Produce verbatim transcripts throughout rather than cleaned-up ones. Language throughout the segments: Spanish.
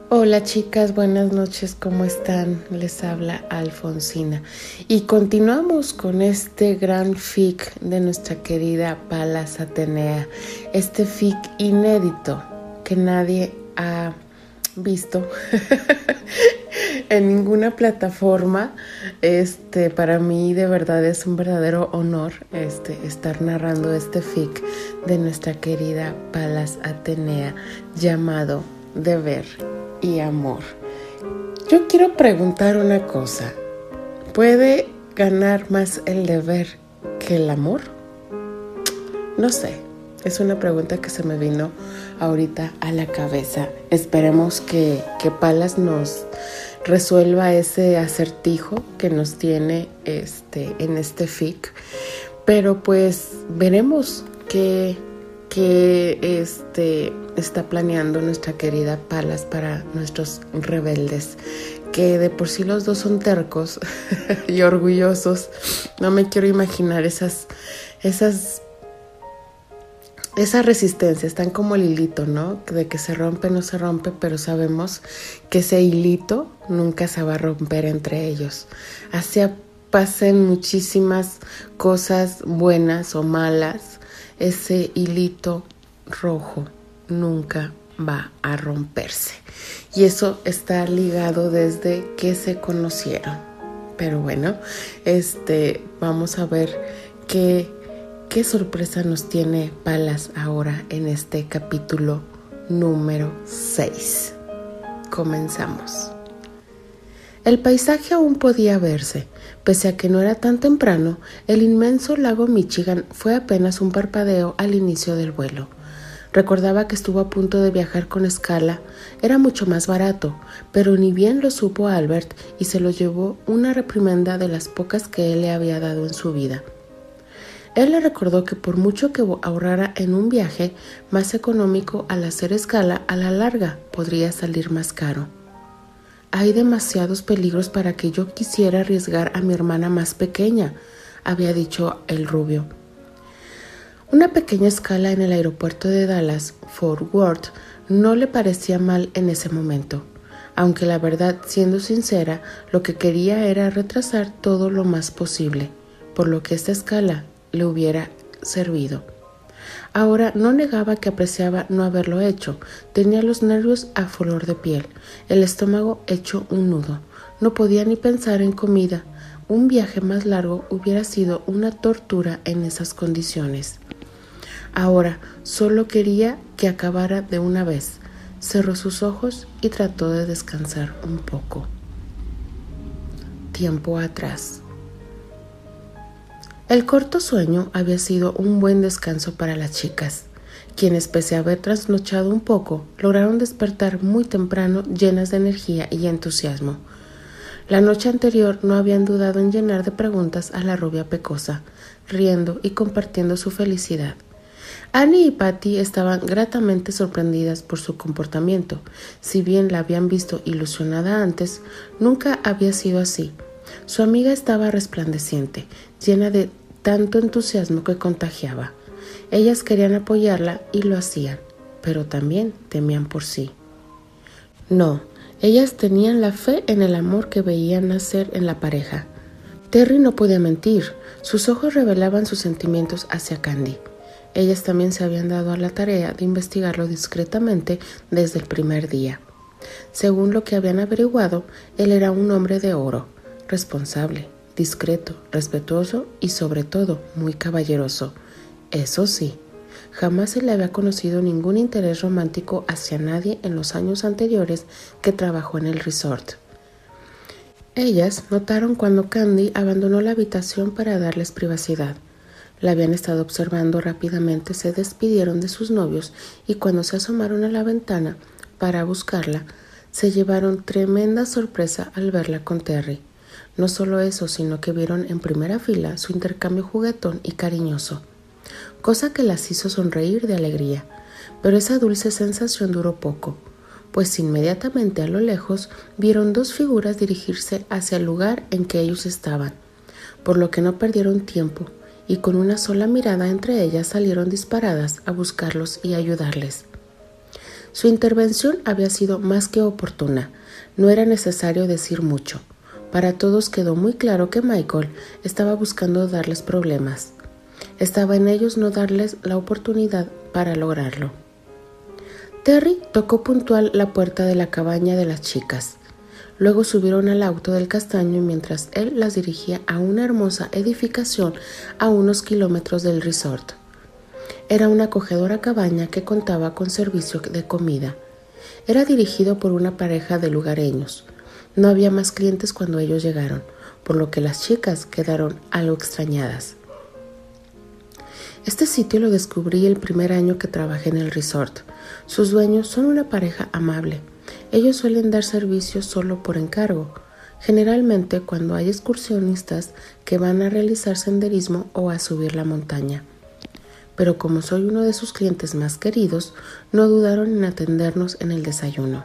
Hola chicas, buenas noches, ¿cómo están? Les habla Alfonsina y continuamos con este gran fic de nuestra querida Palas Atenea, este fic inédito que nadie ha visto en ninguna plataforma. Este, para mí de verdad es un verdadero honor este, estar narrando este fic de nuestra querida Palas Atenea llamado Deber y Amor. Yo quiero preguntar una cosa. ¿Puede ganar más el deber que el amor? No sé. Es una pregunta que se me vino ahorita a la cabeza. Esperemos que, que Palas nos resuelva ese acertijo que nos tiene este, en este fic. Pero pues veremos qué, qué este, está planeando nuestra querida Palas para nuestros rebeldes, que de por sí los dos son tercos y orgullosos. No me quiero imaginar esas, esas, esa resistencia. Están como el hilito, ¿no? De que se rompe, no se rompe, pero sabemos que ese hilito nunca se va a romper entre ellos. Así pasen muchísimas cosas buenas o malas, ese hilito rojo nunca va a romperse. Y eso está ligado desde que se conocieron. Pero bueno, este, vamos a ver qué, qué sorpresa nos tiene Palas ahora en este capítulo número seis. Comenzamos. El paisaje aún podía verse. Pese a que no era tan temprano, el inmenso lago Michigan fue apenas un parpadeo al inicio del vuelo. Recordaba que estuvo a punto de viajar con escala. Era mucho más barato, pero ni bien lo supo Albert y se lo llevó una reprimenda de las pocas que él le había dado en su vida. Él le recordó que por mucho que ahorrara en un viaje más económico al hacer escala, a la larga podría salir más caro. Hay demasiados peligros para que yo quisiera arriesgar a mi hermana más pequeña, había dicho el rubio. Una pequeña escala en el aeropuerto de Dallas, Fort Worth, no le parecía mal en ese momento, aunque la verdad, siendo sincera, lo que quería era retrasar todo lo más posible, por lo que esta escala le hubiera servido. Ahora no negaba que apreciaba no haberlo hecho. Tenía los nervios a flor de piel, el estómago hecho un nudo. No podía ni pensar en comida. Un viaje más largo hubiera sido una tortura en esas condiciones. Ahora solo quería que acabara de una vez. Cerró sus ojos y trató de descansar un poco. Tiempo atrás. El corto sueño había sido un buen descanso para las chicas, quienes, pese a haber trasnochado un poco, lograron despertar muy temprano llenas de energía y entusiasmo. La noche anterior no habían dudado en llenar de preguntas a la rubia pecosa, riendo y compartiendo su felicidad. Annie y Patty estaban gratamente sorprendidas por su comportamiento. Si bien la habían visto ilusionada antes, nunca había sido así. Su amiga estaba resplandeciente, llena de tanto entusiasmo que contagiaba. Ellas querían apoyarla y lo hacían, pero también temían por sí. No, ellas tenían la fe en el amor que veían nacer en la pareja. Terry no podía mentir, sus ojos revelaban sus sentimientos hacia Candy. Ellas también se habían dado a la tarea de investigarlo discretamente desde el primer día. Según lo que habían averiguado, él era un hombre de oro, responsable, discreto, respetuoso y sobre todo muy caballeroso. Eso sí, jamás se le había conocido ningún interés romántico hacia nadie en los años anteriores que trabajó en el resort. Ellas notaron cuando Candy abandonó la habitación para darles privacidad. La habían estado observando rápidamente, se despidieron de sus novios y cuando se asomaron a la ventana para buscarla, se llevaron tremenda sorpresa al verla con Terry. No solo eso, sino que vieron en primera fila su intercambio juguetón y cariñoso, cosa que las hizo sonreír de alegría, pero esa dulce sensación duró poco, pues inmediatamente a lo lejos vieron dos figuras dirigirse hacia el lugar en que ellos estaban, por lo que no perdieron tiempo y con una sola mirada entre ellas salieron disparadas a buscarlos y ayudarles. Su intervención había sido más que oportuna. No era necesario decir mucho. Para todos quedó muy claro que Michael estaba buscando darles problemas. Estaba en ellos no darles la oportunidad para lograrlo. Terry tocó puntual la puerta de la cabaña de las chicas. Luego subieron al auto del castaño mientras él las dirigía a una hermosa edificación a unos kilómetros del resort. Era una acogedora cabaña que contaba con servicio de comida. Era dirigido por una pareja de lugareños. No había más clientes cuando ellos llegaron, por lo que las chicas quedaron algo extrañadas. Este sitio lo descubrí el primer año que trabajé en el resort. Sus dueños son una pareja amable. Ellos suelen dar servicios solo por encargo, generalmente cuando hay excursionistas que van a realizar senderismo o a subir la montaña. Pero como soy uno de sus clientes más queridos, no dudaron en atendernos en el desayuno.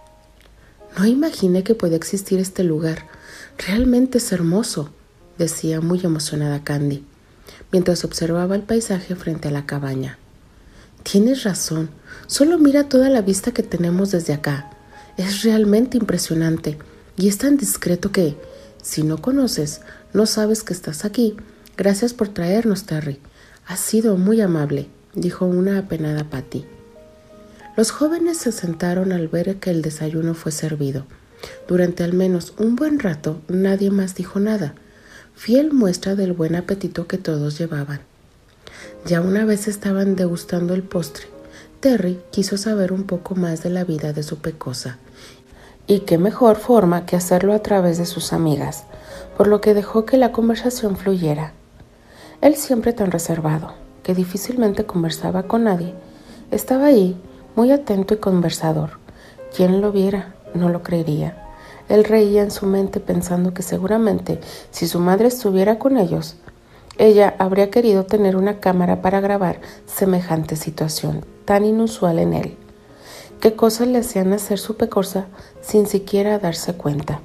No imaginé que podía existir este lugar. Realmente es hermoso, decía muy emocionada Candy, mientras observaba el paisaje frente a la cabaña. Tienes razón, solo mira toda la vista que tenemos desde acá. Es realmente impresionante y es tan discreto que, si no conoces, no sabes que estás aquí. Gracias por traernos, Terry. Has sido muy amable, dijo una apenada Patty. Los jóvenes se sentaron al ver que el desayuno fue servido. Durante al menos un buen rato nadie más dijo nada, fiel muestra del buen apetito que todos llevaban. Ya una vez estaban degustando el postre, Terry quiso saber un poco más de la vida de su pecosa, y qué mejor forma que hacerlo a través de sus amigas, por lo que dejó que la conversación fluyera. Él, siempre tan reservado, que difícilmente conversaba con nadie, estaba ahí, muy atento y conversador. Quien lo viera, no lo creería. Él reía en su mente pensando que seguramente, si su madre estuviera con ellos, ella habría querido tener una cámara para grabar semejante situación tan inusual en él. ¿Qué cosas le hacían hacer su pecosa sin siquiera darse cuenta?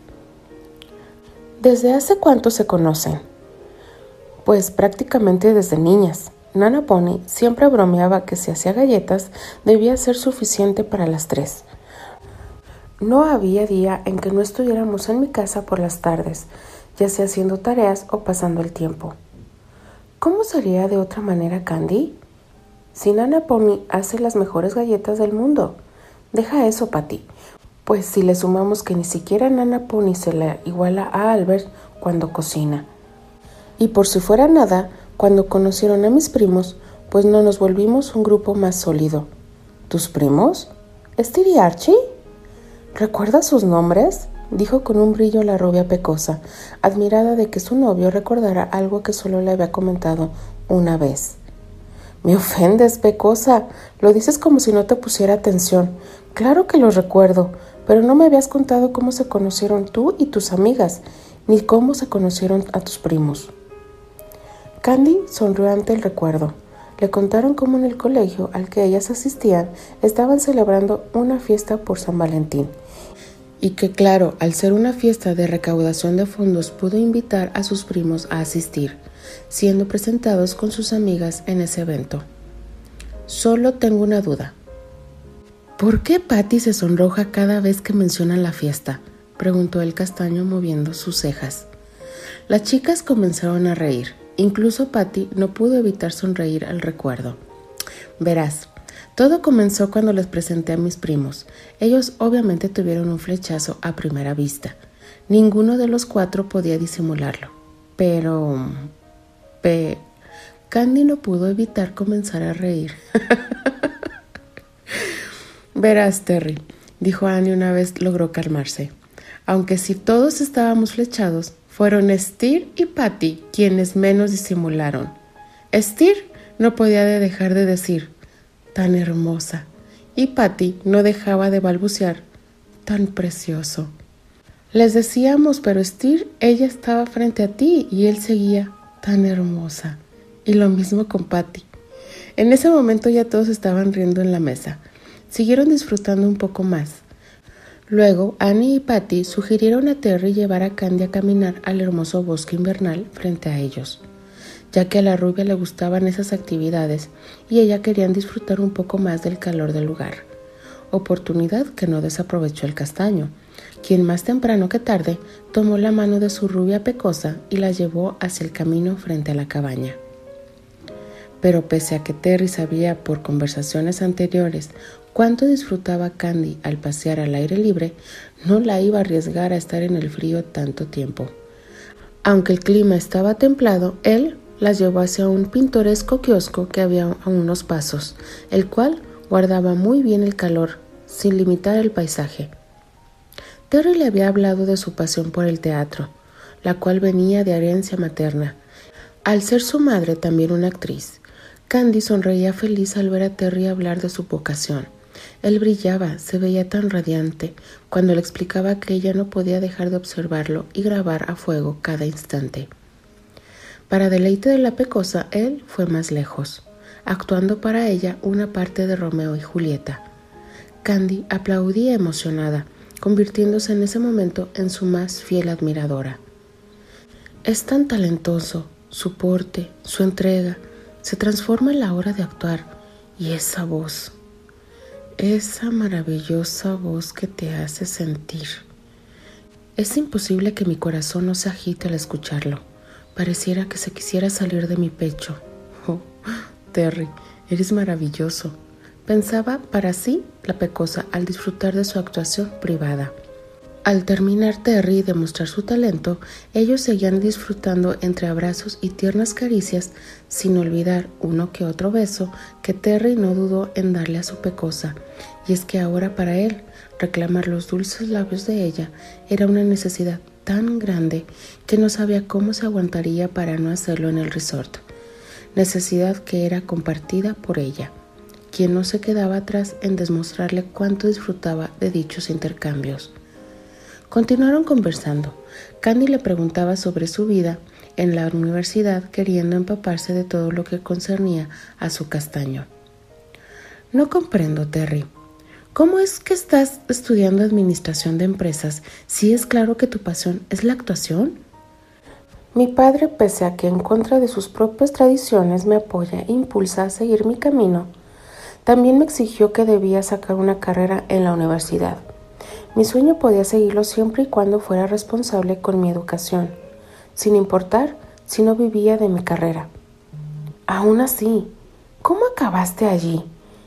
¿Desde hace cuánto se conocen? Pues prácticamente desde niñas. Nana Pony siempre bromeaba que si hacía galletas debía ser suficiente para las tres. No había día en que no estuviéramos en mi casa por las tardes, ya sea haciendo tareas o pasando el tiempo. ¿Cómo sería de otra manera, Candy? Si Nana Pony hace las mejores galletas del mundo. Deja eso, Patty. Pues si le sumamos que ni siquiera Nana Pony se la iguala a Albert cuando cocina. Y por si fuera nada, cuando conocieron a mis primos, pues no nos volvimos un grupo más sólido. ¿Tus primos? ¿Esther y Archie? ¿Recuerdas sus nombres?, dijo con un brillo la rubia pecosa, admirada de que su novio recordara algo que solo le había comentado una vez. Me ofendes, pecosa. Lo dices como si no te pusiera atención. Claro que los recuerdo, pero no me habías contado cómo se conocieron tú y tus amigas, ni cómo se conocieron a tus primos. Candy sonrió ante el recuerdo. Le contaron cómo en el colegio al que ellas asistían estaban celebrando una fiesta por San Valentín. Y que claro, al ser una fiesta de recaudación de fondos, pudo invitar a sus primos a asistir, siendo presentados con sus amigas en ese evento. Solo tengo una duda. ¿Por qué Patty se sonroja cada vez que mencionan la fiesta?, preguntó el castaño moviendo sus cejas. Las chicas comenzaron a reír. Incluso Patty no pudo evitar sonreír al recuerdo. Verás, todo comenzó cuando les presenté a mis primos. Ellos obviamente tuvieron un flechazo a primera vista. Ninguno de los cuatro podía disimularlo. Pero... Pe... Candy no pudo evitar comenzar a reír. Verás, Terry, dijo Annie una vez logró calmarse. Aunque si todos estábamos flechados, fueron Esther y Patty quienes menos disimularon. Esther no podía de dejar de decir, tan hermosa, y Patty no dejaba de balbucear, tan precioso. Les decíamos, pero Esther, ella estaba frente a ti y él seguía, tan hermosa, y lo mismo con Patty. En ese momento ya todos estaban riendo en la mesa. Siguieron disfrutando un poco más. Luego, Annie y Patty sugirieron a Terry llevar a Candy a caminar al hermoso bosque invernal frente a ellos, ya que a la rubia le gustaban esas actividades y ella querían disfrutar un poco más del calor del lugar. oportunidad que no desaprovechó el castaño, quien más temprano que tarde tomó la mano de su rubia pecosa y la llevó hacia el camino frente a la cabaña. Pero pese a que Terry sabía por conversaciones anteriores cuánto disfrutaba Candy al pasear al aire libre, no la iba a arriesgar a estar en el frío tanto tiempo. Aunque el clima estaba templado, él las llevó hacia un pintoresco kiosco que había a unos pasos, el cual guardaba muy bien el calor, sin limitar el paisaje. Terry le había hablado de su pasión por el teatro, la cual venía de herencia materna. Al ser su madre también una actriz, Candy sonreía feliz al ver a Terry hablar de su vocación. Él brillaba, se veía tan radiante cuando le explicaba que ella no podía dejar de observarlo y grabar a fuego cada instante. Para deleite de la pecosa, él fue más lejos, actuando para ella una parte de Romeo y Julieta. Candy aplaudía emocionada, convirtiéndose en ese momento en su más fiel admiradora. Es tan talentoso, su porte, su entrega, se transforma en la hora de actuar, y esa voz, esa maravillosa voz que te hace sentir. Es imposible que mi corazón no se agite al escucharlo. Pareciera que se quisiera salir de mi pecho. Oh, Terry, eres maravilloso, pensaba para sí la pecosa al disfrutar de su actuación privada. Al terminar Terry de mostrar su talento, ellos seguían disfrutando entre abrazos y tiernas caricias, sin olvidar uno que otro beso que Terry no dudó en darle a su pecosa. Y es que ahora para él, reclamar los dulces labios de ella era una necesidad tan grande que no sabía cómo se aguantaría para no hacerlo en el resort. Necesidad que era compartida por ella, quien no se quedaba atrás en demostrarle cuánto disfrutaba de dichos intercambios. Continuaron conversando. Candy le preguntaba sobre su vida en la universidad, queriendo empaparse de todo lo que concernía a su castaño. No comprendo, Terry. ¿Cómo es que estás estudiando administración de empresas si es claro que tu pasión es la actuación? Mi padre, pese a que en contra de sus propias tradiciones me apoya e impulsa a seguir mi camino, también me exigió que debía sacar una carrera en la universidad. Mi sueño podía seguirlo siempre y cuando fuera responsable con mi educación, sin importar si no vivía de mi carrera. Aún así, ¿cómo acabaste allí?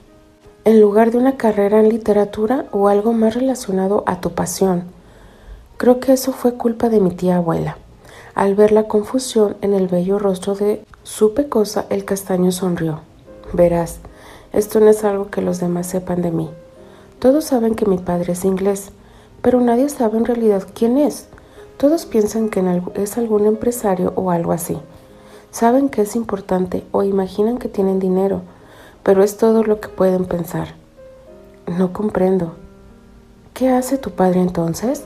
En lugar de una carrera en literatura o algo más relacionado a tu pasión. Creo que eso fue culpa de mi tía abuela. Al ver la confusión en el bello rostro de su pecosa, el castaño sonrió. Verás, esto no es algo que los demás sepan de mí. Todos saben que mi padre es inglés, pero nadie sabe en realidad quién es. Todos piensan que es algún empresario o algo así. Saben que es importante o imaginan que tienen dinero, pero es todo lo que pueden pensar. No comprendo. ¿Qué hace tu padre entonces?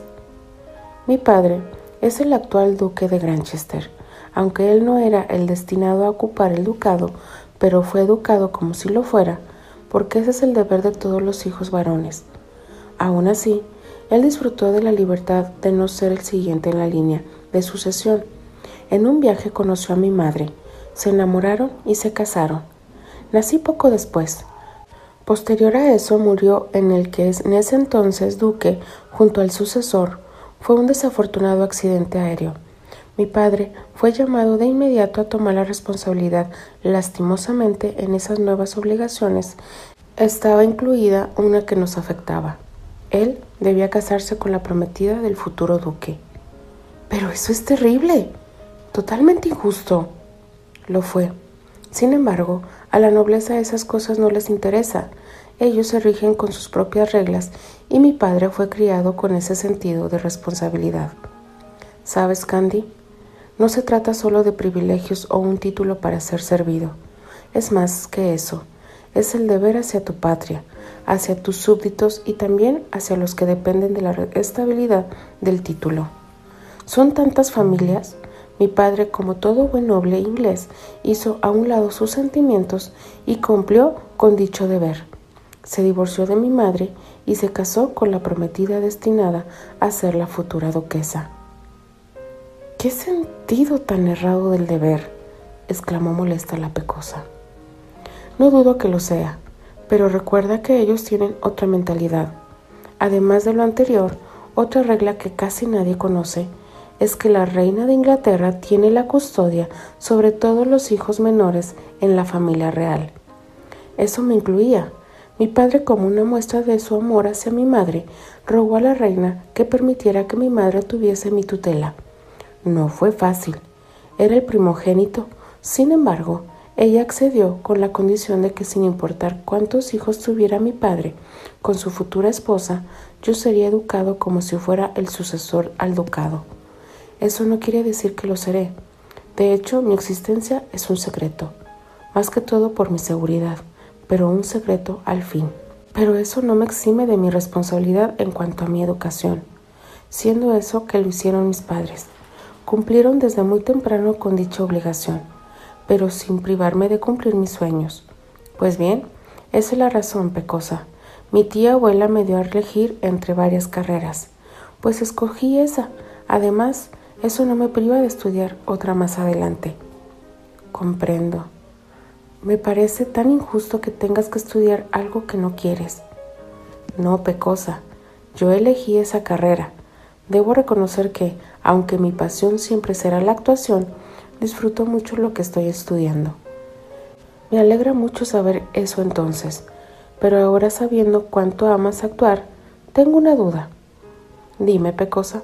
Mi padre es el actual duque de Granchester, aunque él no era el destinado a ocupar el ducado, pero fue educado como si lo fuera, porque ese es el deber de todos los hijos varones. Aún así, él disfrutó de la libertad de no ser el siguiente en la línea de sucesión. En un viaje conoció a mi madre, se enamoraron y se casaron. Nací poco después. Posterior a eso murió en el que en ese entonces duque, junto al sucesor. Fue un desafortunado accidente aéreo. Mi padre fue llamado de inmediato a tomar la responsabilidad. Lastimosamente, en esas nuevas obligaciones estaba incluida una que nos afectaba. Él debía casarse con la prometida del futuro duque. Pero eso es terrible, totalmente injusto. Lo fue. Sin embargo, a la nobleza esas cosas no les interesa. Ellos se rigen con sus propias reglas y mi padre fue criado con ese sentido de responsabilidad. ¿Sabes, Candy? No se trata solo de privilegios o un título para ser servido. Es más que eso. Es el deber hacia tu patria, hacia tus súbditos y también hacia los que dependen de la estabilidad del título. Son tantas familias. Mi padre, como todo buen noble inglés, hizo a un lado sus sentimientos y cumplió con dicho deber. Se divorció de mi madre y se casó con la prometida destinada a ser la futura duquesa. ¿Qué sentido tan errado del deber?, exclamó molesta la pecosa. No dudo que lo sea, Pero recuerda que ellos tienen otra mentalidad. Además de lo anterior, otra regla que casi nadie conoce es que la reina de Inglaterra tiene la custodia sobre todos los hijos menores en la familia real. Eso me incluía. Mi padre, como una muestra de su amor hacia mi madre, rogó a la reina que permitiera que mi madre tuviese mi tutela. No fue fácil. Era el primogénito. Sin embargo, ella accedió con la condición de que sin importar cuántos hijos tuviera mi padre con su futura esposa, yo sería educado como si fuera el sucesor al ducado. Eso no quiere decir que lo seré. De hecho, mi existencia es un secreto, más que todo por mi seguridad, pero un secreto al fin. Pero eso no me exime de mi responsabilidad en cuanto a mi educación, siendo eso que lo hicieron mis padres. Cumplieron desde muy temprano con dicha obligación, pero sin privarme de cumplir mis sueños. Pues bien, esa es la razón, Pecosa. Mi tía abuela me dio a elegir entre varias carreras, pues escogí esa. Además, eso no me priva de estudiar otra más adelante. Comprendo. Me parece tan injusto que tengas que estudiar algo que no quieres. No, Pecosa, yo elegí esa carrera. Debo reconocer que, aunque mi pasión siempre será la actuación, disfruto mucho lo que estoy estudiando. Me alegra mucho saber eso entonces, pero ahora sabiendo cuánto amas actuar, tengo una duda. Dime, Pecosa.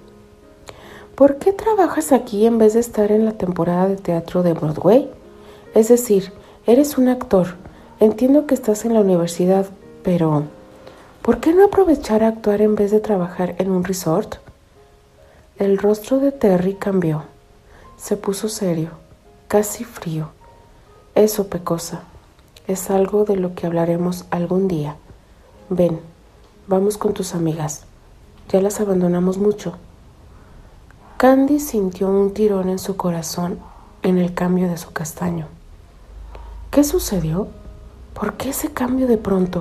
¿Por qué trabajas aquí en vez de estar en la temporada de teatro de Broadway? Es decir, eres un actor. Entiendo que estás en la universidad, pero ¿por qué no aprovechar a actuar en vez de trabajar en un resort? El rostro de Terry cambió. Se puso serio, casi frío. Eso, Pecosa, es algo de lo que hablaremos algún día. Ven, vamos con tus amigas. Ya las abandonamos mucho. Candy sintió un tirón en su corazón en el cambio de su castaño. ¿Qué sucedió? ¿Por qué ese cambio de pronto?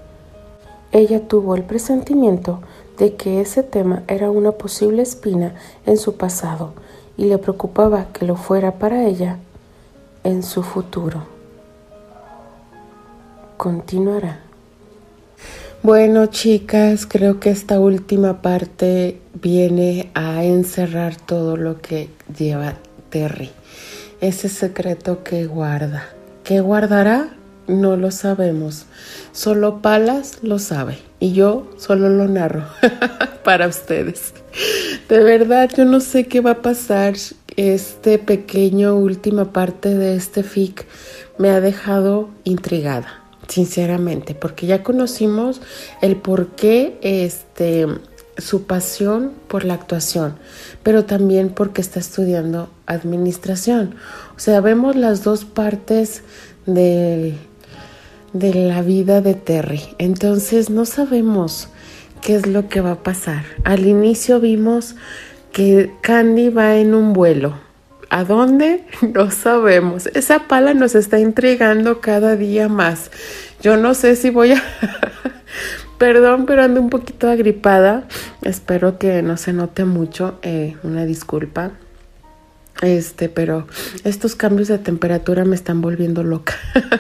Ella tuvo el presentimiento de que ese tema era una posible espina en su pasado y le preocupaba que lo fuera para ella en su futuro. Continuará. Bueno, chicas, creo que esta última parte viene a encerrar todo lo que lleva Terry. Ese secreto que guarda. ¿Qué guardará? No lo sabemos. Solo Palas lo sabe y yo solo lo narro para ustedes. De verdad, yo no sé qué va a pasar. Este pequeño última parte de este fic me ha dejado intrigada, sinceramente, porque ya conocimos el por qué este, su pasión por la actuación, pero también porque está estudiando administración. O sea, vemos las dos partes de, de la vida de Terry. Entonces no sabemos qué es lo que va a pasar. Al inicio vimos que Candy va en un vuelo. ¿A dónde? No sabemos. Esa pala nos está intrigando cada día más. Yo no sé si voy a... Perdón, pero ando un poquito agripada. Espero que no se note mucho. Eh, una disculpa. Este, pero estos cambios de temperatura me están volviendo loca.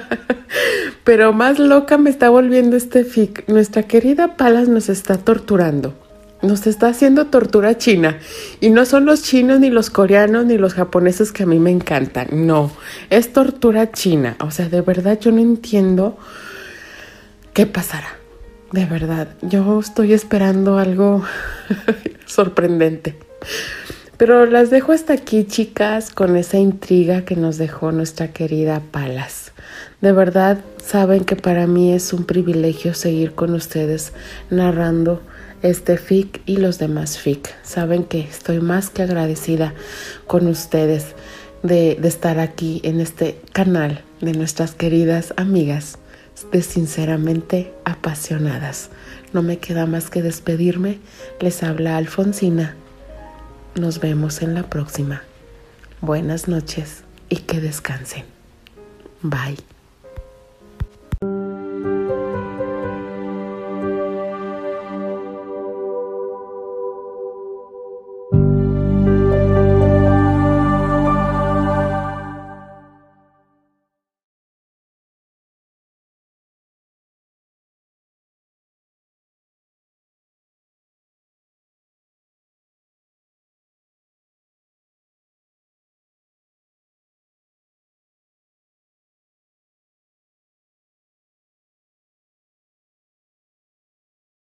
Pero más loca me está volviendo este fic. Nuestra querida Palas nos está torturando. Nos está haciendo tortura china. Y no son los chinos, ni los coreanos, ni los japoneses que a mí me encantan. No, es tortura china. O sea, de verdad yo no entiendo qué pasará. De verdad, yo estoy esperando algo sorprendente. Pero las dejo hasta aquí, chicas, con esa intriga que nos dejó nuestra querida Palas. De verdad, saben que para mí es un privilegio seguir con ustedes narrando este fic y los demás fic. Saben que estoy más que agradecida con ustedes de, de estar aquí en este canal de nuestras queridas amigas de Sinceramente Apasionadas. No me queda más que despedirme. Les habla Alfonsina. Nos vemos en la próxima. Buenas noches y que descansen. Bye.